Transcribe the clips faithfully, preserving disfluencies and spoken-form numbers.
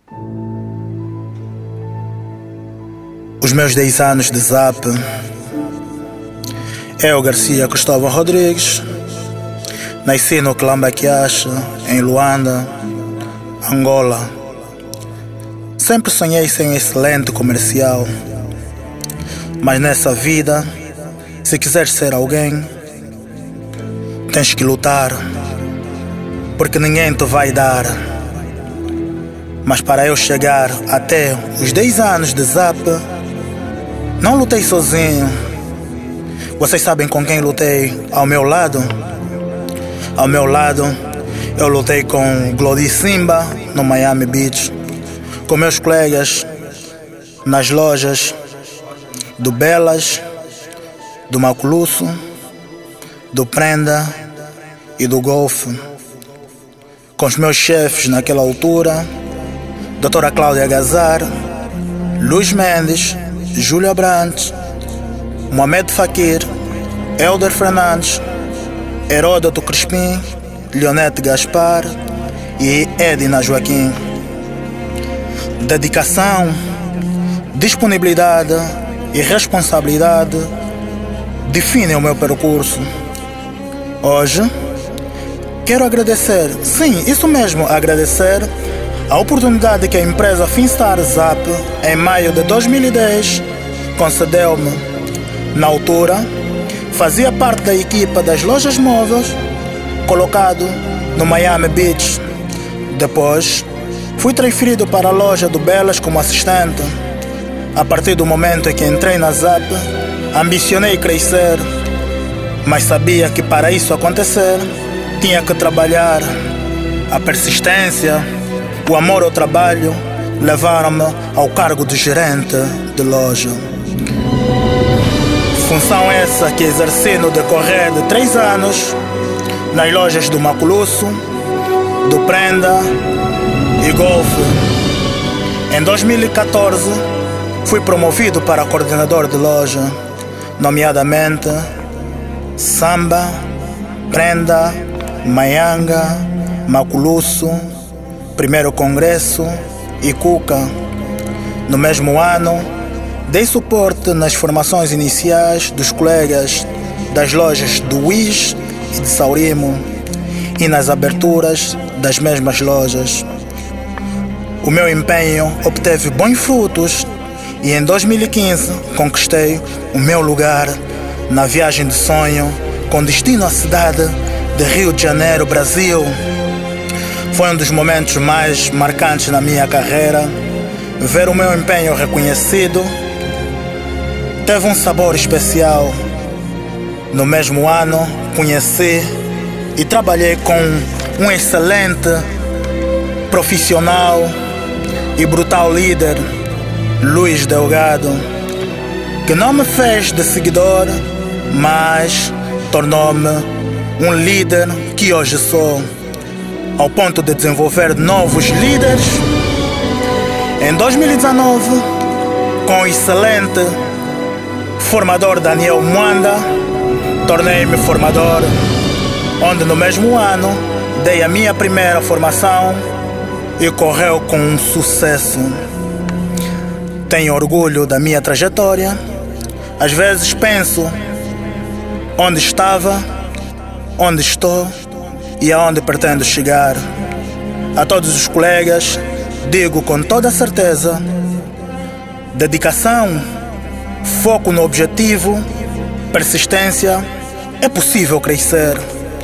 Os meus dez anos de Zap. Eu, Garcia Cristóvão Rodrigues, nasci no Quilamba-Quiaxa, em Luanda, Angola. Sempre sonhei ser um excelente comercial, mas nessa vida, se quiseres ser alguém, tens que lutar, porque ninguém te vai dar. Mas para eu chegar até os dez anos de Zap, não lutei sozinho. Vocês sabem com quem lutei ao meu lado? Ao meu lado, eu lutei com Glody Simba no Miami Beach, com meus colegas nas lojas do Belas, do Maculusso, do Prenda e do Golf, com os meus chefes naquela altura, doutora Cláudia Gazar, Luiz Mendes, Júlia Brandt, Mohamed Fakir, Helder Fernandes, Heródoto Crispim, Leonete Gaspar e Edna Joaquim. Dedicação, disponibilidade e responsabilidade definem o meu percurso. Hoje, quero agradecer, sim, isso mesmo, agradecer a oportunidade que a empresa Finstar Zap, em maio de dois mil e dez, concedeu-me. Na altura, fazia parte da equipa das lojas móveis, colocado no Miami Beach. Depois, fui transferido para a loja do Belas como assistente. A partir do momento em que entrei na Zap, ambicionei crescer, mas sabia que para isso acontecer, tinha que trabalhar. A persistência, o amor ao trabalho levaram-me ao cargo de gerente de loja. Função essa que exerci no decorrer de três anos nas lojas do Maculusso, do Prenda e Golf. Em dois mil e catorze, fui promovido para coordenador de loja, nomeadamente Samba, Prenda, Maianga, Maculusso, Primeiro Congresso e Cuca. No mesmo ano, dei suporte nas formações iniciais dos colegas das lojas do Wish e de Saurimo e nas aberturas das mesmas lojas. O meu empenho obteve bons frutos e em dois mil e quinze conquistei o meu lugar na viagem de sonho com destino à cidade de Rio de Janeiro, Brasil. Foi um dos momentos mais marcantes na minha carreira. Ver o meu empenho reconhecido teve um sabor especial. No mesmo ano, conheci e trabalhei com um excelente profissional e brutal líder, Luiz Delgado, que não me fez de seguidor, mas tornou-me um líder que hoje sou, ao ponto de desenvolver novos líderes. Em dois mil e dezenove, com o excelente formador Daniel Mwanda, tornei-me formador, onde no mesmo ano dei a minha primeira formação e correu com um sucesso. Tenho orgulho da minha trajetória. Às vezes penso onde estava, onde estou e aonde pretendo chegar. A todos os colegas digo com toda certeza: dedicação, foco no objetivo, persistência, é possível crescer.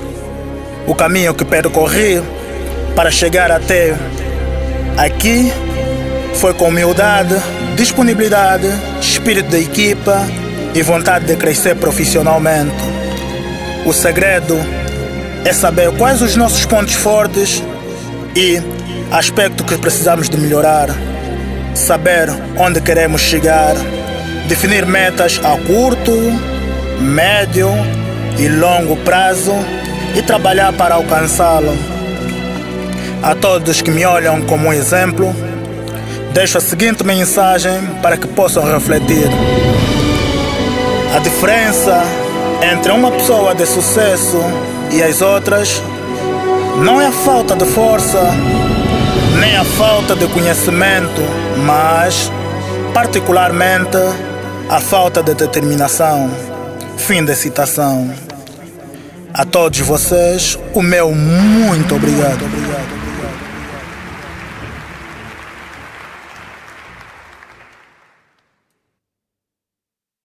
O caminho que percorri para chegar até aqui foi com humildade, disponibilidade, espírito de equipa e vontade de crescer profissionalmente. O segredo é saber quais os nossos pontos fortes e aspectos que precisamos de melhorar, saber onde queremos chegar, definir metas a curto, médio e longo prazo e trabalhar para alcançá-lo. A todos que me olham como um exemplo, deixo a seguinte mensagem para que possam refletir. A diferença entre uma pessoa de sucesso e as outras não é a falta de força, nem a falta de conhecimento, mas, particularmente, a falta de determinação. Fim da citação. A todos vocês, o meu muito obrigado. obrigado.